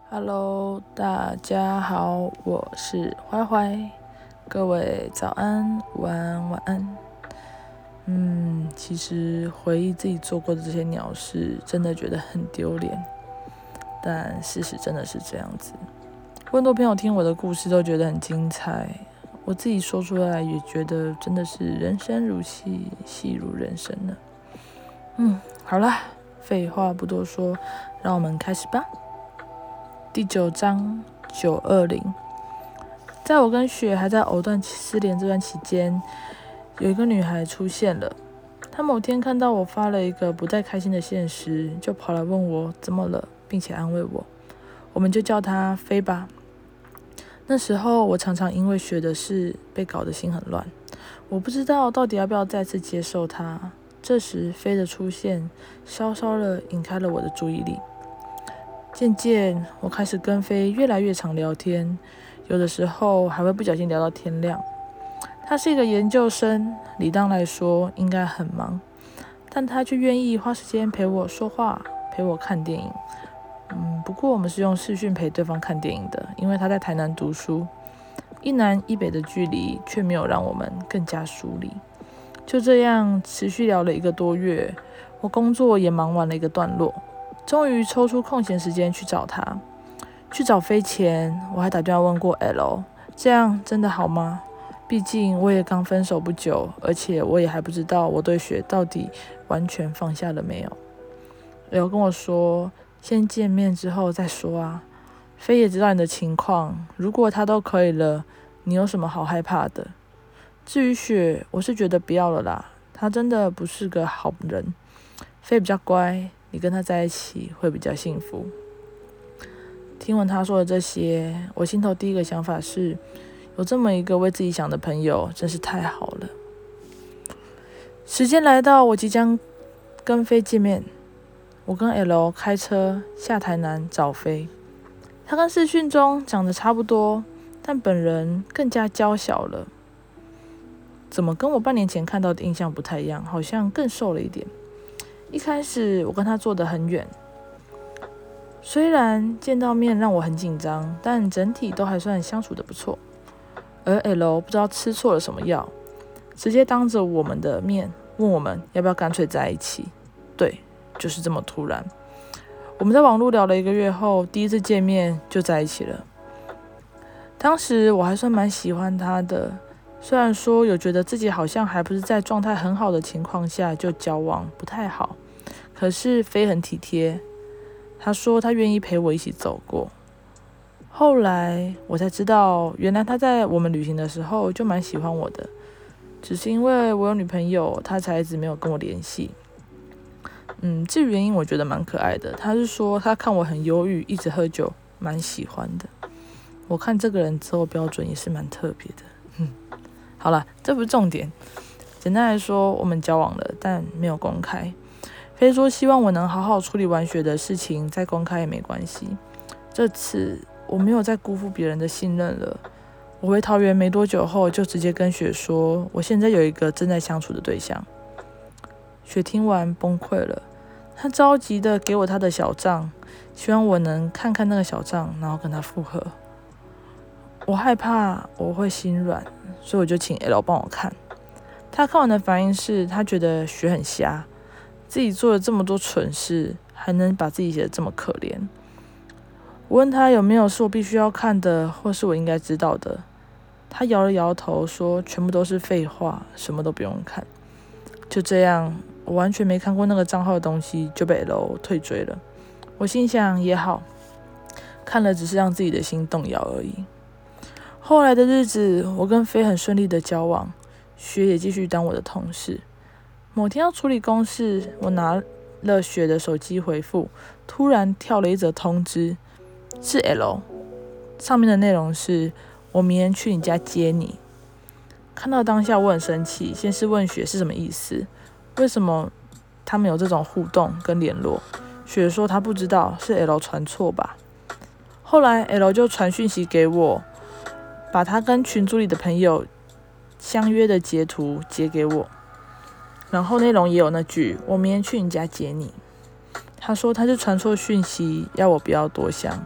Hello，大家好，我是坏坏，各位早安、午安、晚安。其实回忆自己做过的这些鸟事，真的觉得很丢脸，但事实真的是这样子。很多朋友听我的故事都觉得很精彩，我自己说出来也觉得真的是人生如戏，戏如人生呢。好啦，废话不多说，让我们开始吧。第9章920，在我跟雪还在藕断丝连这段期间，有一个女孩出现了。她某天看到我发了一个不太开心的现实，就跑来问我怎么了，并且安慰我。我们就叫她飞吧。那时候我常常因为雪的事被搞得心很乱，我不知道到底要不要再次接受她。这时飞的出现，稍稍的引开了我的注意力。渐渐，我开始跟飞越来越常聊天，有的时候还会不小心聊到天亮。他是一个研究生，理当来说应该很忙，但他却愿意花时间陪我说话，陪我看电影。不过我们是用视讯陪对方看电影的，因为他在台南读书，一南一北的距离却没有让我们更加疏离。就这样持续聊了1个多月，我工作也忙完了一个段落，终于抽出空闲时间去找他。去找飞前，我还打电话问过 L， 这样真的好吗？毕竟我也刚分手不久，而且我也还不知道我对雪到底完全放下了没有。L 跟我说，先见面之后再说啊。飞也知道你的情况，如果他都可以了，你有什么好害怕的？至于雪，我是觉得不要了啦，他真的不是个好人。飞比较乖，你跟他在一起会比较幸福。听完他说的这些，我心头第一个想法是，有这么一个为自己想的朋友，真是太好了。时间来到我即将跟飞见面，我跟 L 开车下台南找飞。他跟视讯中长得差不多，但本人更加娇小了。怎么跟我半年前看到的印象不太一样，好像更瘦了一点。一开始我跟他坐得很远，虽然见到面让我很紧张，但整体都还算相处得不错。而 L 不知道吃错了什么药，直接当着我们的面问我们要不要干脆在一起。对，就是这么突然。我们在网络聊了1个月后，第一次见面就在一起了。当时我还算蛮喜欢他的，虽然说有觉得自己好像还不是在状态很好的情况下就交往，不太好。可是飞很体贴，他说他愿意陪我一起走过。后来我才知道，原来他在我们旅行的时候就蛮喜欢我的，只是因为我有女朋友，他才一直没有跟我联系。至于原因我觉得蛮可爱的，他是说他看我很忧郁，一直喝酒，蛮喜欢的。我看这个人择偶标准也是蛮特别的。好了，这不是重点。简单来说，我们交往了，但没有公开。飞说希望我能好好处理完雪的事情，再公开也没关系。这次我没有再辜负别人的信任了。我回桃园没多久后，就直接跟雪说，我现在有一个正在相处的对象。雪听完崩溃了，她着急的给我她的小账，希望我能看看那个小账，然后跟她复合。我害怕我会心软，所以我就请 L 帮我看。他看完的反应是，他觉得雪很瞎，自己做了这么多蠢事，还能把自己写得这么可怜。我问他有没有是我必须要看的，或是我应该知道的。他摇了摇头说，全部都是废话，什么都不用看。就这样，我完全没看过那个账号的东西，就被 L 退追了。我心想也好，看了只是让自己的心动摇而已。后来的日子，我跟飞很顺利的交往，雪也继续当我的同事。某天要处理公事，我拿了雪的手机回复，突然跳了一则通知，是 L， 上面的内容是我明天去你家接你。看到当下我很生气，先是问雪是什么意思，为什么他们有这种互动跟联络。雪说她不知道，是 L 传错吧。后来 L 就传讯息给我，把他跟群组里的朋友相约的截图截给我，然后内容也有那句我明天去你家接你。他说他是传错讯息，要我不要多想，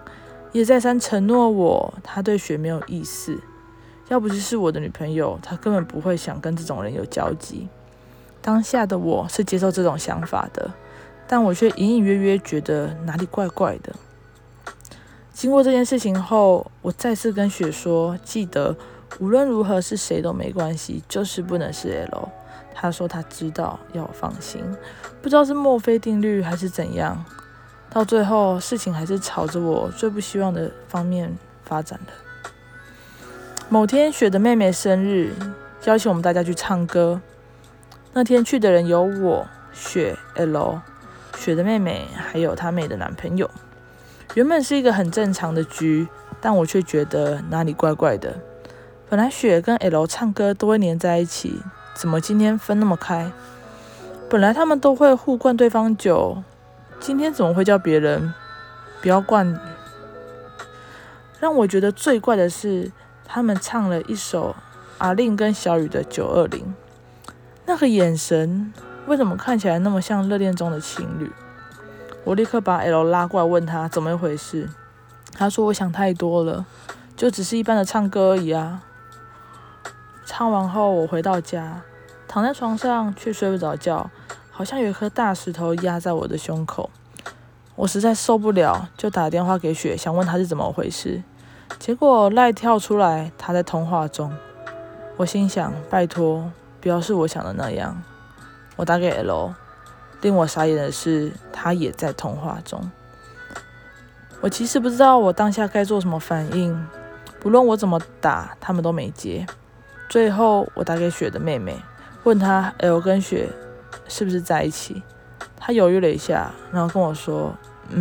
也再三承诺我他对雪没有意思。要不是我的女朋友，他根本不会想跟这种人有交集。当下的我是接受这种想法的，但我却隐隐约约觉得哪里怪怪的。经过这件事情后，我再次跟雪说，记得无论如何是谁都没关系，就是不能是 L。他说他知道，要我放心。不知道是墨菲定律还是怎样，到最后事情还是朝着我最不希望的方面发展的。某天雪的妹妹生日，邀请我们大家去唱歌。那天去的人有我、雪、L、雪的妹妹，还有她妹的男朋友。原本是一个很正常的局，但我却觉得哪里怪怪的。本来雪跟 L 唱歌都会黏在一起，怎么今天分那么开？本来他们都会互灌对方酒，今天怎么会叫别人不要灌？让我觉得最怪的是，他们唱了一首阿令跟小雨的920，那个眼神为什么看起来那么像热恋中的情侣？我立刻把 L 拉过来问他怎么一回事。他说我想太多了，就只是一般的唱歌而已啊。唱完后我回到家，躺在床上却睡不着觉，好像有一颗大石头压在我的胸口。我实在受不了，就打电话给雪，想问他是怎么回事。结果赖跳出来，他在通话中。我心想，拜托，不要是我想的那样。我打给 L， 令我傻眼的是，他也在通话中。我其实不知道我当下该做什么反应，不论我怎么打，他们都没接。最后我打给雪的妹妹，问她 L 跟雪是不是在一起。她犹豫了一下，然后跟我说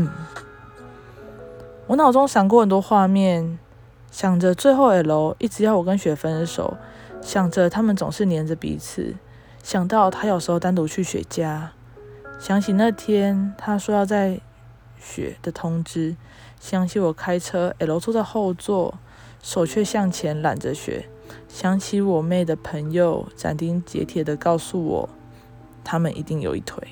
我脑中闪过很多画面，想着最后 L 一直要我跟雪分手，想着他们总是黏着彼此，想到他有时候单独去雪家，想起那天他说要载雪的通知，想起我开车 L 坐在后座，手却向前揽着雪，想起我妹的朋友斩钉截铁地告诉我，他们一定有一腿。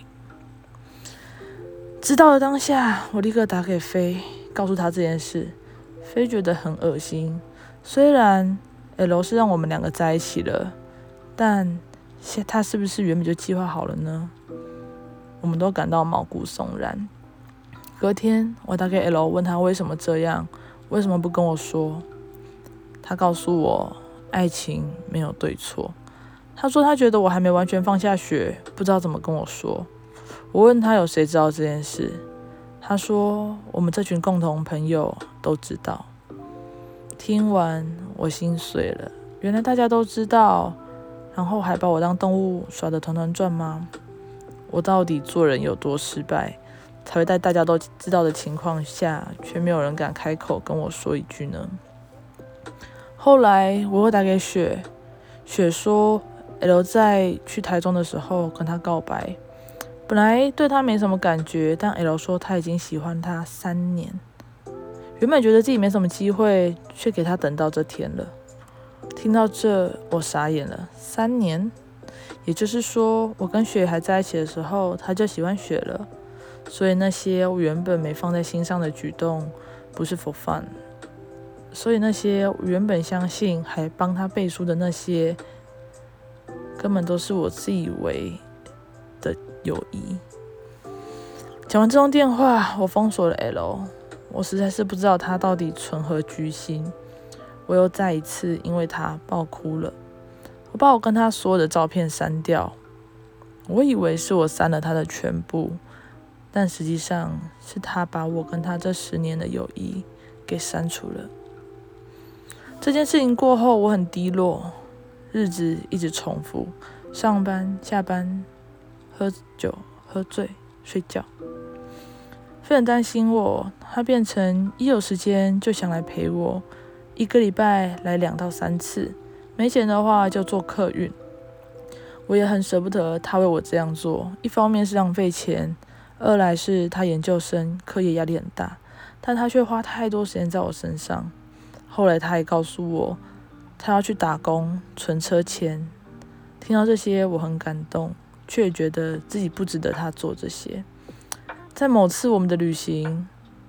知道了当下，我立刻打给飞，告诉他这件事。飞觉得很恶心，虽然 L 是让我们两个在一起了，但他是不是原本就计划好了呢？我们都感到毛骨悚然。隔天我打给 L， 问他为什么这样，为什么不跟我说。他告诉我爱情没有对错。他说他觉得我还没完全放下雪，不知道怎么跟我说。我问他有谁知道这件事，他说我们这群共同朋友都知道。听完我心碎了，原来大家都知道，然后还把我当动物耍得团团转吗？我到底做人有多失败，才会在大家都知道的情况下，却没有人敢开口跟我说一句呢？后来我又打给雪，雪说 L 在去台中的时候跟他告白，本来对他没什么感觉，但 L 说他已经喜欢他3年，原本觉得自己没什么机会，却给他等到这天了。听到这，我傻眼了，3年，也就是说，我跟雪还在一起的时候，他就喜欢雪了。所以那些我原本没放在心上的举动，不是 for fun。所以那些我原本相信还帮他背书的那些，根本都是我自以为的友谊。讲完这通电话，我封锁了 L， 我实在是不知道他到底存何居心。我又再一次因为他爆哭了，我把我跟他所有的照片删掉。我以为是我删了他的全部，但实际上是他把我跟他这10年的友谊给删除了。这件事情过后，我很低落，日子一直重复，上班、下班、喝酒、喝醉、睡觉。非常担心我，他变成一有时间就想来陪我，1个礼拜来2到3次，没钱的话就坐客运。我也很舍不得他为我这样做，一方面是浪费钱，二来是他研究生课业压力很大，但他却花太多时间在我身上。后来他也告诉我，他要去打工存车钱。听到这些我很感动，却也觉得自己不值得他做这些。在某次我们的旅行，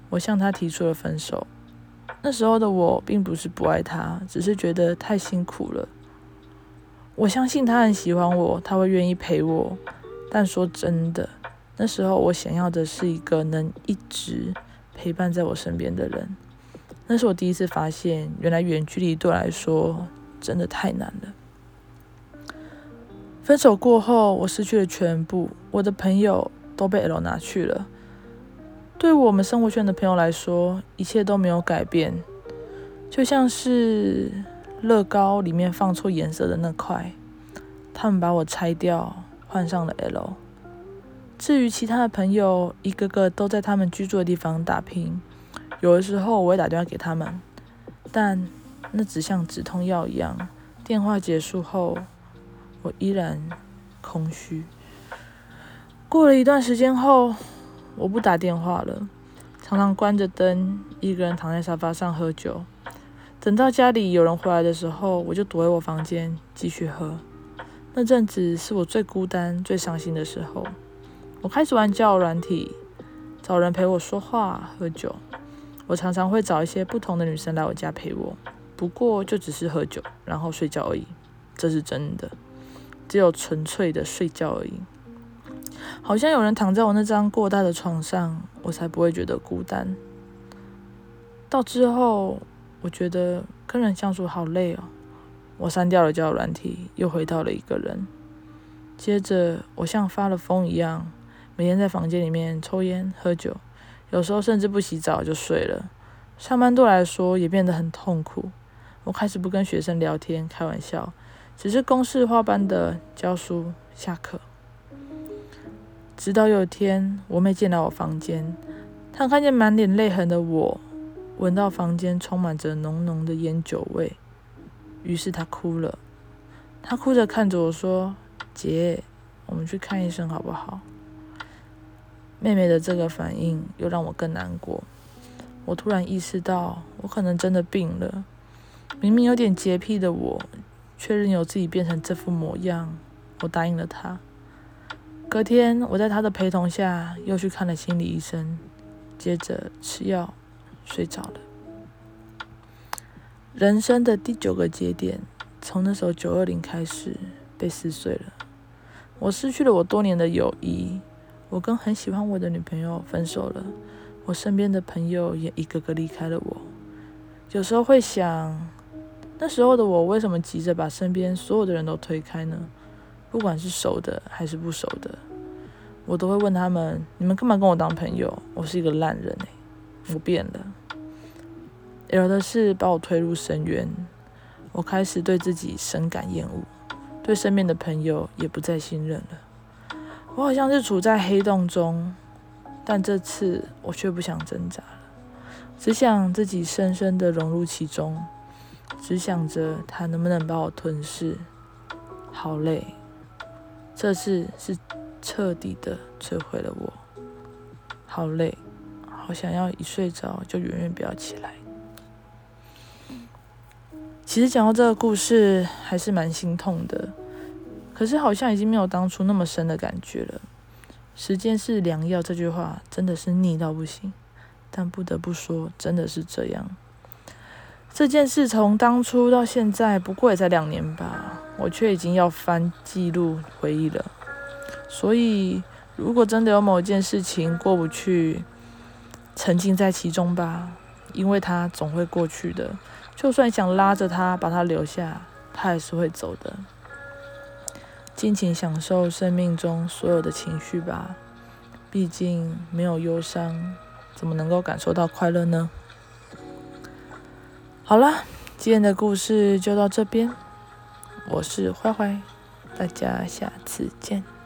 我向他提出了分手。那时候的我并不是不爱他，只是觉得太辛苦了。我相信他很喜欢我，他会愿意陪我，但说真的，那时候我想要的是一个能一直陪伴在我身边的人。那是我第一次发现，原来远距离对我来说真的太难了。分手过后，我失去了全部，我的朋友都被 L 拿去了。对我们生活圈的朋友来说，一切都没有改变，就像是乐高里面放错颜色的那块，他们把我拆掉，换上了 L。至于其他的朋友，一个个都在他们居住的地方打拼，有的时候我会打电话给他们，但那只像止痛药一样，电话结束后，我依然空虚。过了一段时间后，我不打电话了，常常关着灯，一个人躺在沙发上喝酒。等到家里有人回来的时候，我就躲回我房间继续喝。那阵子是我最孤单、最伤心的时候。我开始玩交友软体，找人陪我说话、喝酒。我常常会找一些不同的女生来我家陪我，不过就只是喝酒，然后睡觉而已。这是真的，只有纯粹的睡觉而已。好像有人躺在我那张过大的床上，我才不会觉得孤单。到之后，我觉得跟人相处好累哦。我删掉了交友软体，又回到了一个人。接着，我像发了疯一样，每天在房间里面抽烟喝酒，有时候甚至不洗澡就睡了。上班对我来说也变得很痛苦。我开始不跟学生聊天开玩笑，只是公式化般的教书下课。直到有一天，我妹进来我房间，她看见满脸泪痕的我，闻到房间充满着浓浓的烟酒味，于是她哭了。她哭着看着我说：“姐，我们去看医生好不好？”妹妹的这个反应又让我更难过。我突然意识到，我可能真的病了。明明有点洁癖的我，却任由自己变成这副模样。我答应了她。隔天，我在她的陪同下又去看了心理医生，接着吃药睡着了。人生的第9个节点，从那首920开始被撕碎了。我失去了我多年的友谊，我跟很喜欢我的女朋友分手了，我身边的朋友也一个个离开了我。有时候会想，那时候的我为什么急着把身边所有的人都推开呢？不管是熟的还是不熟的，我都会问他们：你们干嘛跟我当朋友？我是一个烂人我变了。L 的事把我推入深渊，我开始对自己深感厌恶，对身边的朋友也不再信任了。我好像是处在黑洞中，但这次我却不想挣扎了，只想自己深深的融入其中，只想着它能不能把我吞噬。好累，这次是彻底的摧毁了我。好累，好想要一睡着就永远不要起来。其实讲到这个故事还是蛮心痛的，可是好像已经没有当初那么深的感觉了。时间是良药这句话真的是腻到不行，但不得不说真的是这样。这件事从当初到现在不过也才2年吧，我却已经要翻记录回忆了。所以如果真的有某件事情过不去，沉浸在其中吧，因为它总会过去的。就算想拉着它把它留下，它还是会走的。尽情享受生命中所有的情绪吧，毕竟没有忧伤，怎么能够感受到快乐呢？好啦，今天的故事就到这边，我是坏坏，大家下次见。